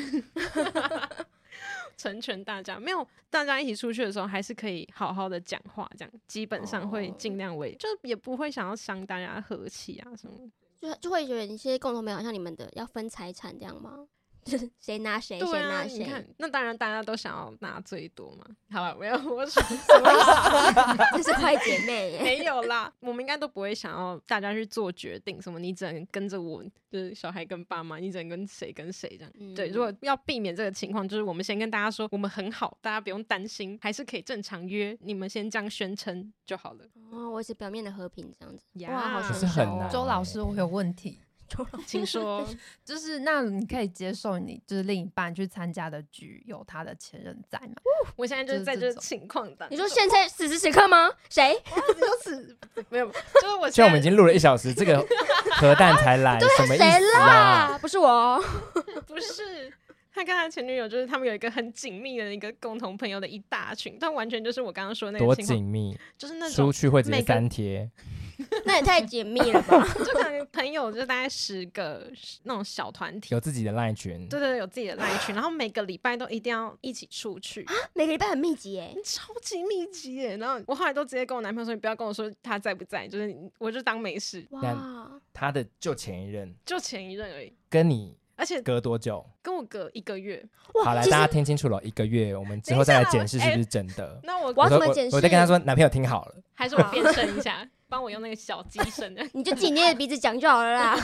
成全大家。没有大家一起出去的时候，还是可以好好的讲话，这样基本上会尽量就也不会想要伤大家和气啊什么。 就会觉得一些共同朋友好像你们的要分财产这样吗？ 就是谁拿谁， 对啊， 谁拿谁， 你看，那当然大家都想要拿最多嘛。好了，没有，我说这是坏姐妹耶。 没有啦，我们应该都不会想要大家去做决定，什么你只能跟着我，就是小孩跟爸妈，你只能跟谁跟谁这样。对，如果要避免这个情况，就是我们先跟大家说我们很好，大家不用担心，还是可以正常约，你们先这样宣称就好了。 哦，维持表面的和平这样子。 呀哇，好可成熟哦是很难周老师，我有问题， 请说。 就是那你可以接受你就是另一半去参加的局有他的前任在吗？ 我现在就是在这个就是这种情况当中。 你说现在此时此刻吗？谁？ 你说是没有，就是我虽然我们已经录了1小时，这个核弹才来，什么意谁思啊？ 啦？不是我。 不是。他跟他前女友就是他们有一个很紧密的一个共同朋友的一大群，但完全就是我刚刚说的那多个情况， 紧密， 就是那种出去会直接每个 3贴。 那也太紧密了吧？ 就可能朋友就大概10个那种小团体， 有自己的赖群， 对对对，有自己的赖群，然后每个礼拜都一定要一起出去， 每个礼拜很密集耶。 超级密集耶。然后我后来都直接跟我男朋友说，你不要跟我说他在不在，就是我就当没事， 哇， 他的就前一任就前一任而已， 跟你而且隔多久？ 跟我隔1个月。 哇， 好，来其实大家听清楚了，1个月，我们之后再来检视是不是真的。 那我我要说怎么检视我再跟他说，男朋友听好了， 还是我变声一下，帮我用那个小机声的。 你就自己捏着鼻子讲就好了啦。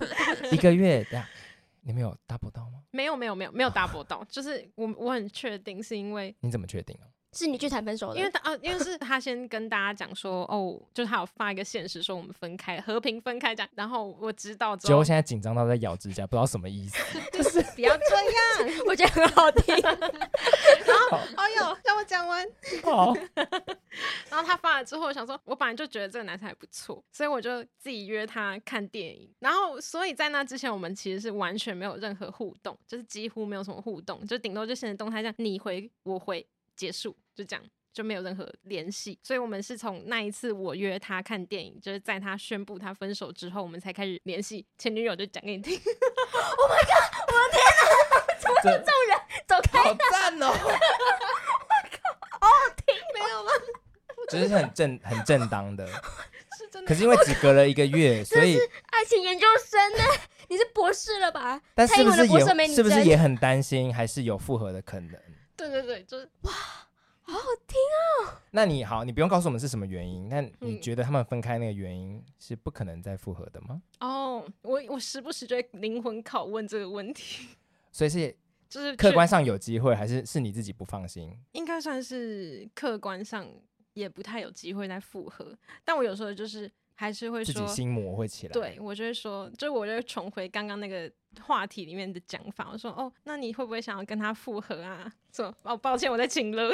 1个月，等下你们有 double 到吗？ 没有打波到，就是我很确定是因为。 你怎么确定啊？ 是你去谈分手的， 因为是他先跟大家讲说，哦，就是他有发一个现实说我们分开，和平分开这样，然后我知道之后结果，现在紧张到在咬指甲，不知道什么意思。 就是不要这样。 我觉得很好听。 哎呦，让我讲完。 好， 然后他发了之后，我想说，我本来就觉得这个男生还不错，所以我就自己约他看电影。然后，所以在那之前，我们其实是完全没有任何互动，就是几乎没有什么互动，就顶多就现实动态这样，你回我回，结束，就这样。就没有任何联系，所以我们是从那一次我约他看电影，就是在他宣布他分手之后，我们才开始联系。前女友就讲给你听。 Oh my god！我的天哪！怎么会有这种人？走开！ 好赞哦！ 没有吗？ 就是很正当的， 是真的。 可是因为只隔了1个月，所以爱情研究生呢？你是博士了吧？ 但是不是蔡英文的博士没你是不是真也很担心，还是有复合的可能？ 对对对，就是好好听那你好，你不用告诉我们是什么原因，但你嗯觉得他们分开那个原因是不可能再复合的吗？ 哦，我时不时就会灵魂拷问这个问题， 所以是就是客观上有机会，还是你自己不放心？ 应该算是客观上也不太有机会再复合，但我有时候就是还是会说， 自己心魔会起来。 对我就会说，就我就会重回刚刚那个话题里面的讲法，我说哦，那你会不会想要跟他复合啊？说哦，抱歉，我在请了。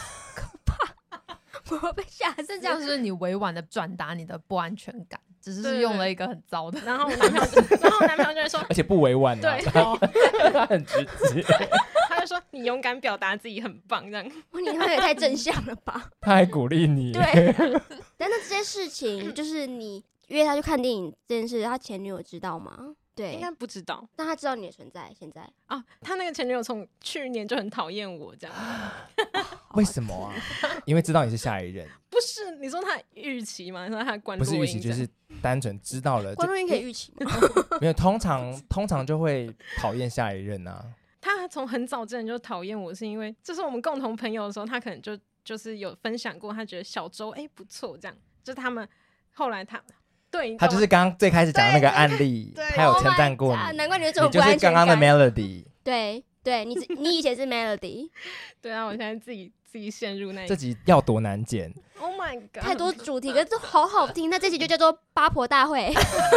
我会被吓死。 这样是你委婉的转达你的不安全感，只是用了一个很糟的。 然后我男朋友就会说， 而且不委婉、啊， 对， 他很直接， 他就说你勇敢表达自己很棒，这样。 哇，你那也太正向了吧？ 他还鼓励你。 对。但那这件事情，就是你约他去看电影这件事，他前女友知道吗？对应，该不知道但他知道你的存在。现在啊，他那个前女友从去年就很讨厌我，这样。 为什么啊？因为知道你是下一任， 不是你说他预期吗？你说他关不是预期， 录音这样就是单纯知道了。 观众应可以预期吗？ 没有，通常就会讨厌下一任啊。 他从很早之前就讨厌我，是因为这是我们共同朋友的时候，他可能就是有分享过，他觉得小周不错，这样就是他们后来对他就是刚刚最开始讲的那个案例， 对他有称赞过 Oh my god， 你， 难怪你有这种你就是不安全刚刚的感。 melody。 对，你以前是 Melody， 对啊，我现在自己陷入那一这集要多难剪？ ，Oh my god， 太多主题，可是都好好听。那这集就叫做八婆大会。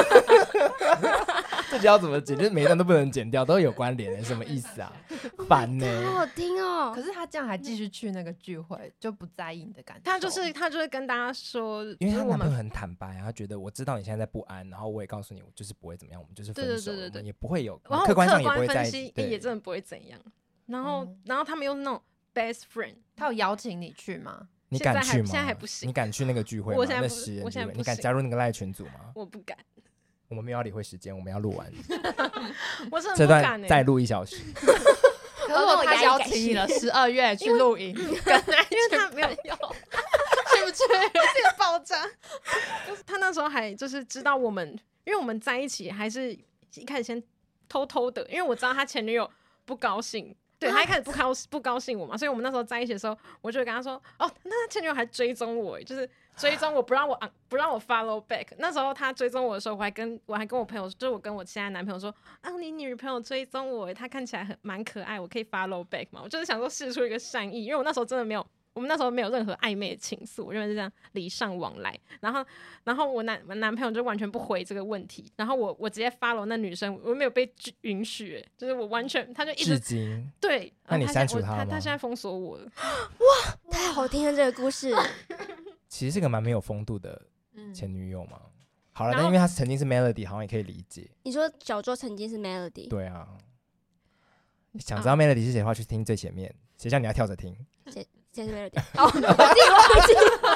这集要怎么剪？就是每一段都不能剪掉，都有关联的，什么意思啊？烦呢、 好好听哦可。是他这样还继续去那个聚会，就不在意你的感受。 他就会跟大家说， 因为就是我们她男朋友很坦白啊，他觉得我知道你现在在不安，然后我也告诉你，我就是不会怎么样，我们就是分手， 对我们也不会有， 然后客观上也不观会在一起分析， 对也真的不会怎样。然后嗯然后他们又是那种 best friend， 他有邀请你去吗？ 你敢去吗？ 现在还不行你敢去那个聚会吗？那我现在不 10人聚会， 我现在不你敢行加入那个赖群组吗？ 我不敢， 我们没有要理会时间，我们要录完我真的这不敢欸段再录1小时。 可是如果他邀请你了12月去露营， 因为他没有有， 去不去？这个爆炸。他那时候还就是知道我们，因为我们在一起还是一开始先偷偷的，因为我知道他前女友不高兴。对，他一开始不高兴我嘛，所以我们那时候在一起的时候，我就会跟他说，哦，那他前女友还追踪我，就是追踪我不让我 follow back。那时候他追踪我的时候，我还跟我朋友，就是我跟我现在男朋友说，啊，你女朋友追踪我，她看起来蛮可爱，我可以 follow back 嘛？我就是想说释出一个善意，因为我那时候真的没有。我们那时候没有任何暧昧的情愫，我认为是这样礼尚往来。然后我男朋友就完全不回这个问题，然后我直接 follow 那女生，我没有被允许，就是我完全他就一直至今对。 那你删除他吗？ 他现在封锁我了。 哇，太好听了这个故事。 其实是个蛮没有风度的前女友嘛。好了， 然后但因为他曾经是 Melody， 好像也可以理解。 你说小周曾经是 Melody， 对啊。想知道 Melody 是谁的话，去听最前面。谁叫你要跳着听？ 谁是 Melody？ 哦，我自己忘记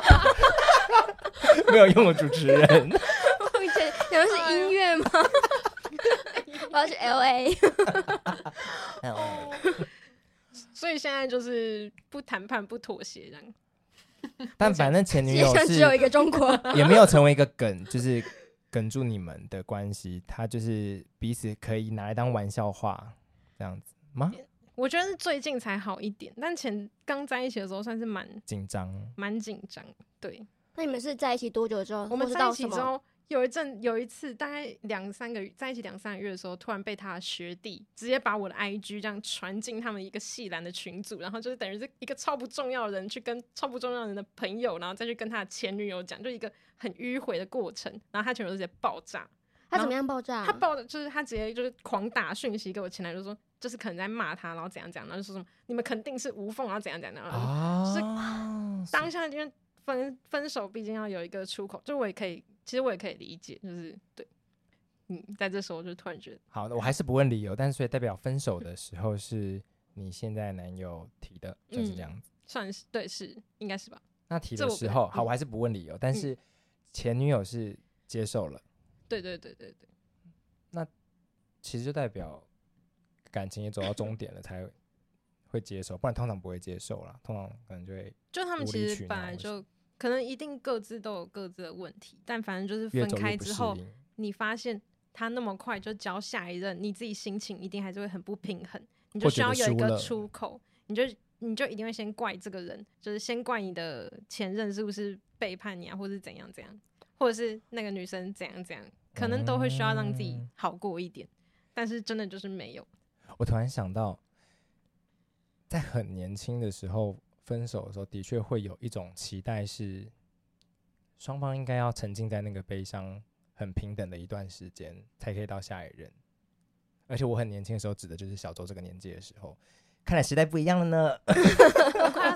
了。 没有用的主持人。 忘记，你们是音乐吗？我要去 LA。 所以现在就是不谈判不妥协这样。 但反正前女世界友是上只有一个中国。 也没有成为一个梗，就是梗住你们的关系，他就是彼此可以拿来当玩笑话这样子吗？ 我觉得是最近才好一点，但刚在一起的时候算是蛮紧张。 对。 那你们是在一起多久之后？ 我们在一起之后， 后，有一次大概2-3个月，在一起2-3个月的时候，突然被他的学弟直接把我的 IG 这样传进他们一个系篮的群组，然后就是等于是一个超不重要的人去跟超不重要的人的朋友，然后再去跟他的前女友讲，就一个很迂回的过程，然后他前女友直接爆炸。 他怎么样爆炸？ 就是他直接就是狂打讯息给我前男友说，就是可能在骂他，然后怎样怎样，然后就说什么你们肯定是无缝，然后怎样怎样，然后就是当下因为分手毕竟要有一个出口，就其实我也可以理解，就是对，在这时候就突然觉得， 好，我还是不问理由，但是所以代表分手的时候是你现在男友提的，算是这样子， 算是对，是应该是吧？ 那提的时候，好，我还是不问理由，但是前女友是接受了， 对， 那其实就代表感情也走到终点了才会接受，不然通常不会接受啦，通常可能就他们其实本来就可能一定各自都有各自的问题，但反正就是分开之后，你发现他那么快就交下一任，你自己心情一定还是会很不平衡，你就需要有一个出口，你就一定会先怪这个人，就是先怪你的前任是不是背叛你啊，或是怎样怎样，或者是那个女生怎样怎样，可能都会需要让自己好过一点，但是真的就是没有。 我突然想到，在很年轻的时候分手的时候，的确会有一种期待，是双方应该要沉浸在那个悲伤很平等的一段时间，才可以到下一任。而且我很年轻的时候，指的就是小周这个年纪的时候。看来时代不一样了呢。 我快要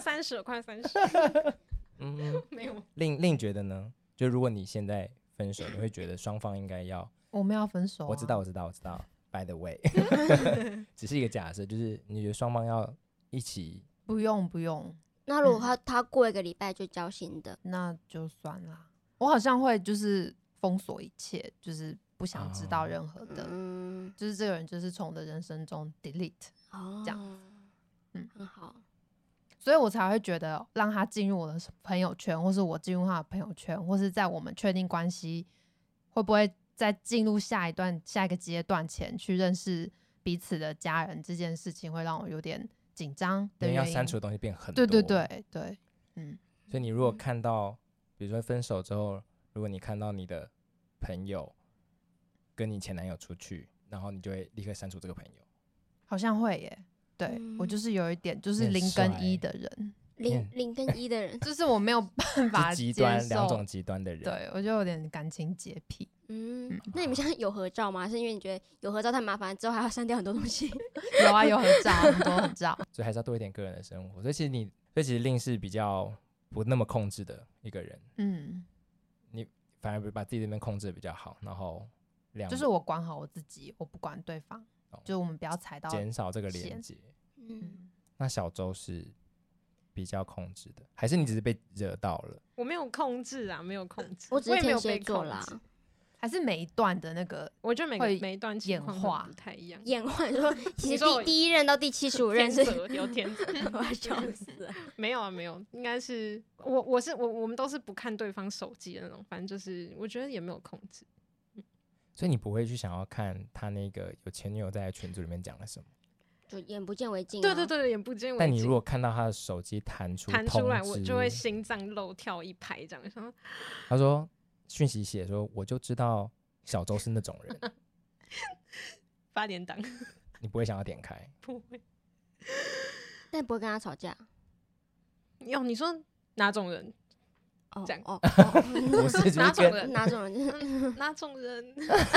30，没有。 另觉得呢？就如果你现在分手，你会觉得双方应该要？ 我们要分手啊。 我知道。By the way， 只是一个假设，就是你觉得双方要一起？ 不用。 那如果他过一个礼拜就交新的， 那就算啦。我好像会就是封锁一切，就是不想知道任何的，就是这个人就是从我的人生中 delete，这样， 很好。 所以我才会觉得让他进入我的朋友圈，或是我进入他的朋友圈，或是在我们确定关系会不会在进入下一个阶段前去认识彼此的家人，这件事情会让我有点紧张的原因。 要删除的东西变很多。 对， 所以你如果看到，比如说分手之后，如果你看到你的朋友跟你前男友出去，然后你就会立刻删除这个朋友。 好像会耶。对，我就是有一点就是0跟1的人。 0跟1的人， 就是我没有办法接受两种极端的人。 对，我就有点感情洁癖。 那你们现在有合照吗？是因为你觉得有合照太麻烦，之后还要删掉很多东西？ 有啊，有合照，很多合照。 所以还是要多一点个人的生活。所以其实令是比较不那么控制的一个人。你反而把自己这边控制的比较好，然后就是我管好我自己，我不管对方，就是我们不要踩到减少这个连接。那小周是比较控制的，还是你只是被惹到了？ 我没有控制啊，没有控制， 我只是天蝎座啦。 还是每一段的那个， 我觉得每一段情况不太一样。 演化说，其实第一任到第75任是有天择， 我要笑死了。 没有，应该是我们都是不看对方手机的那种，反正就是我觉得也没有控制。 所以你不会去想要看他那个有前女友在群组里面讲了什么？ 就眼不见为净、啊。 对对对，眼不见为净。 但你如果看到他的手机弹出来，我就会心脏漏跳一拍这样。 他说讯息写说，我就知道小周是那种人， 8点档， 你不会想要点开？ 不会。 但不会跟他吵架。 你说哪种人？这样不是，就是哪种人？ 哪种人？ 哪种人？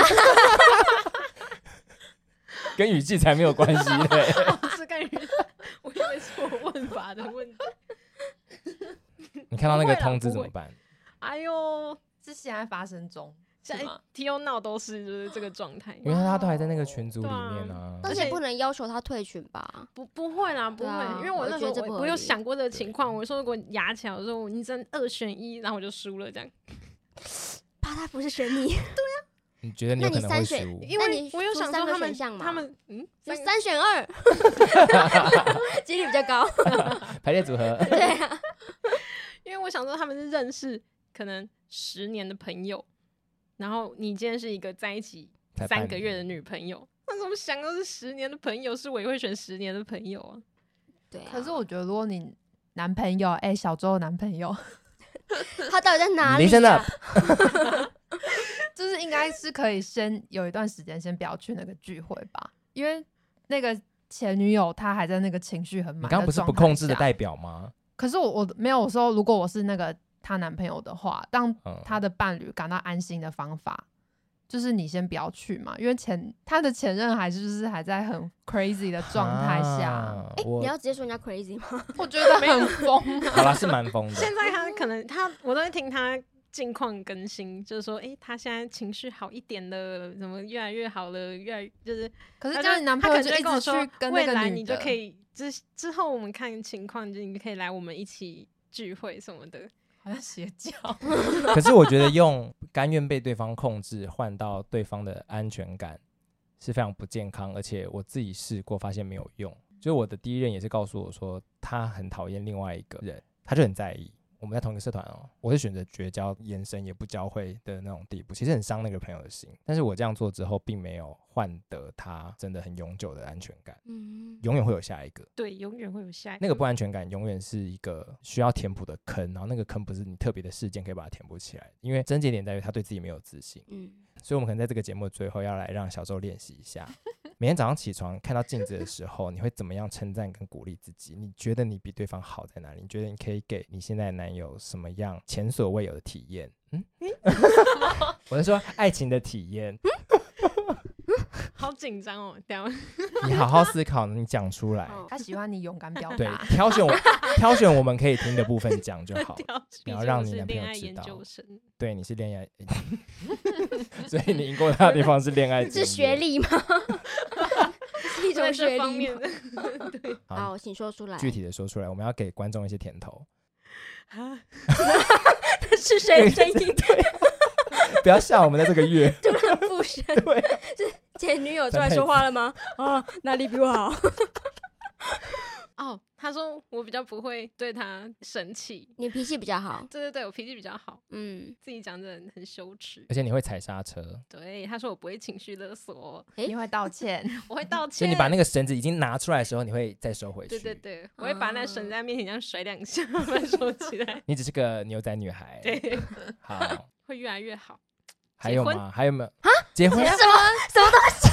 跟语气才没有关系的。 不是跟语气，我以为是我问法的问题。 你看到那个通知怎么办？ 哎呦， 是现在发生中。 现在 T.O. Now 都是就是这个状态， 因为他都还在那个群组里面啊。 而且不能要求他退群吧？ 不会啦，不会，因为我那时候我有想过这个情况，我说如果压起来，我说你真2选1，然后我就输了这样。 怕他不是选你？对呀。 你觉得你有可能会输？ 因为我有想说他们 3选2，几率比较高。 排列组合。 对啊， 因为我想说他们是认识可能10年的朋友。然后你今天是一个在一起3个月的女朋友，那怎么想都是10年的朋友，是我也会选10年的朋友啊。 对啊。 可是我觉得，如果你男朋友，小周的男朋友， 他到底在哪里、啊？ Listen up 就是应该是可以先有一段时间先不要去那个聚会吧，因为那个前女友她还在那个情绪很满的状态下。 你刚刚不是不控制的代表吗？ 可是我没有说，如果我是那个她男朋友的话，让她的伴侣感到安心的方法，就是你先不要去嘛，因为她的前任还在很 crazy 的状态下。 你要直接说人家 crazy 吗？ 我觉得很疯、啊。 好啦，是蛮疯的。 现在他可能我都会听他近况更新，就是说，他现在情绪好一点了，怎么越来越好了，就是。 可是这样，你男朋友就一直去跟那个女的， 未来你就可以，之后我们看情况，就你可以来我们一起聚会什么的。 好像邪教。 可是我觉得用甘愿被对方控制换到对方的安全感是非常不健康，而且我自己试过发现没有用。就是我的第一任也是告诉我说，他很讨厌另外一个人，他就很在意。我们在同一个社团哦，我是选择绝交，眼神也不交汇的那种地步，其实很伤那个朋友的心。但是我这样做之后，并没有换得他真的很永久的安全感。永远会有下一个。 对，永远会有下一个。 那个不安全感永远是一个需要填补的坑，然后那个坑不是你特别的事件可以把它填补起来，因为症结点在于他对自己没有自信。所以我们可能在这个节目的最后要来让小周练习一下。每天早上起床看到镜子的时候，你会怎么样称赞跟鼓励自己？你觉得你比对方好在哪里？你觉得你可以给你现在的男友什么样前所未有的体验？我是说爱情的体验。 好紧张哦，等一下你好好思考，你讲出来。 他喜欢你勇敢表达。 对，挑选我们可以听的部分讲就好。你要让你男朋友知道。对，你是恋爱，所以你赢过他的地方是恋爱。 是学历吗？是一种学历吗？ 对， 好，请说出来。 具体的说出来，我们要给观众一些甜头。 是谁的声音？ 对，不要吓我们在这个月。 突然附身。对，是前女友出来说话了吗？啊，哪里比我好？ 哦，他说我比较不会对他生气， 你脾气比较好。 对，我脾气比较好。自己讲真的很羞耻。 而且你会踩刹车。 对，他说我不会情绪勒索。 你会道歉。 我会道歉。 所以你把那个绳子已经拿出来的时候，你会再收回去。 对，我会把那绳子在面前这样甩2下，慢慢收起来。 你只是个牛仔女孩。 对， 好， 会越来越好。 还有吗？还有没有？结婚？ 什么东西？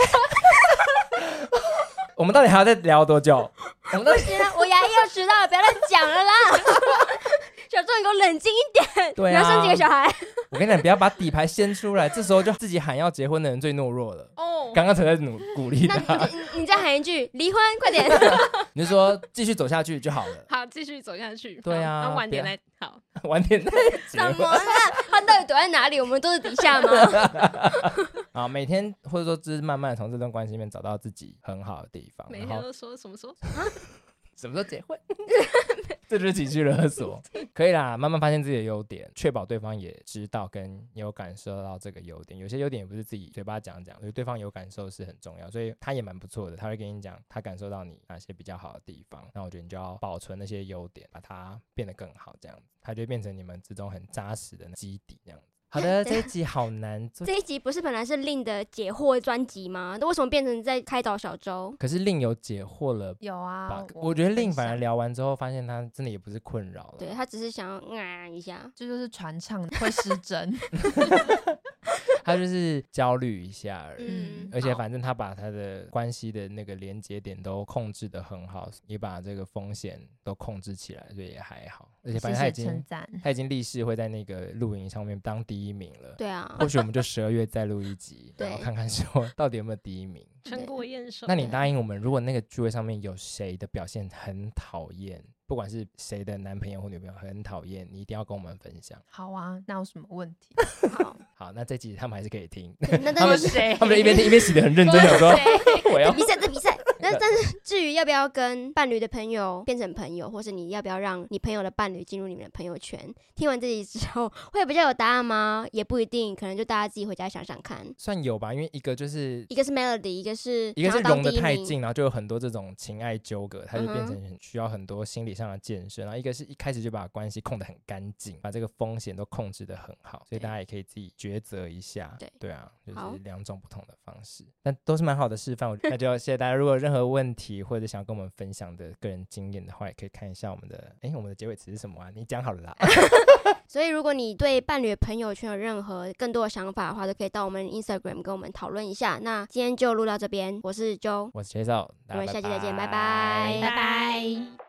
我们到底还要再聊多久？ 不行啊，我牙医要迟到了，不要再讲了啦。小周，你给我冷静一点。 对啊， 你要生几个小孩？ 我跟你讲，不要把底牌掀出来，这时候就自己喊要结婚的人最懦弱了。刚刚才在鼓励他。 你再喊一句离婚，快点。 你就说继续走下去就好了。 好，继续走下去。 对啊， 晚点来。好， 晚点来。 什么啦？他到底躲在哪里？我们都是底下吗？ 好，每天或者说就是慢慢从这段关系里面找到自己很好的地方。 每天都说什么时候？ 什么时候结婚？这就是情绪勒索。可以啦，慢慢发现自己的优点，确保对方也知道跟有感受到这个优点。有些优点也不是自己嘴巴讲，所以对方有感受是很重要。所以他也蛮不错的，他会跟你讲他感受到你哪些比较好的地方。那我觉得你就要保存那些优点，把它变得更好，这样子，它就会变成你们之中很扎实的基底，这样子。 好的，这一集好难做。 这一集不是本来是令的解惑专辑吗？那为什么变成在开导小周？ 可是令有解惑了吧。 有啊， 我觉得令反而分享聊完之后，发现他真的也不是困扰了。 对，他只是想要一下。 这就是传唱会失真。 他就是焦虑一下而已。而且好反正他把他的关系的那个连接点都控制得很好，也把这个风险都控制起来，所以也还好。而且反正谢谢称赞。 他已经立誓会在那个露营上面当第一名了。 对啊， 或许我们就12月再录一集， 对然后看看说到底有没有第一名。 成果验收。 那你答应我们，如果那个聚会上面有谁的表现很讨厌，不管是谁的男朋友或女朋友很讨厌，你一定要跟我们分享。 好啊，那有什么问题？ 好， 好，那这集他们还是可以听。 那他们但是谁他们就一边听一边洗得很认真，想说我要比赛这比赛。但是至于要不要跟伴侣的朋友变成朋友，或是你要不要让你朋友的伴侣进入你们的朋友圈，听完这集之后会比较有答案吗？也不一定，可能就大家自己回家想想看。 算有吧，因为一个是 Melody，一个是融得太第一名近，然后就有很多这种情爱纠葛，它就变成需要很多心理上的建设。然后一个是一开始就把关系控得很干净，把这个风险都控制得很好，所以大家也可以自己抉择一下。对啊，就是2种不同的方式，但都是蛮好的示范。那就谢谢大家。如果有任何问题或者想跟我们分享的个人经验的话，也可以看一下我们的结尾词是什么啊？你讲好了啦。 所以如果你对伴侣的朋友圈有任何更多的想法的话，都可以到我们 Instagram 跟我们讨论一下。那今天就录到这边，我是 Jo， 我是 Chase， 我们下期再见，拜拜， 拜拜。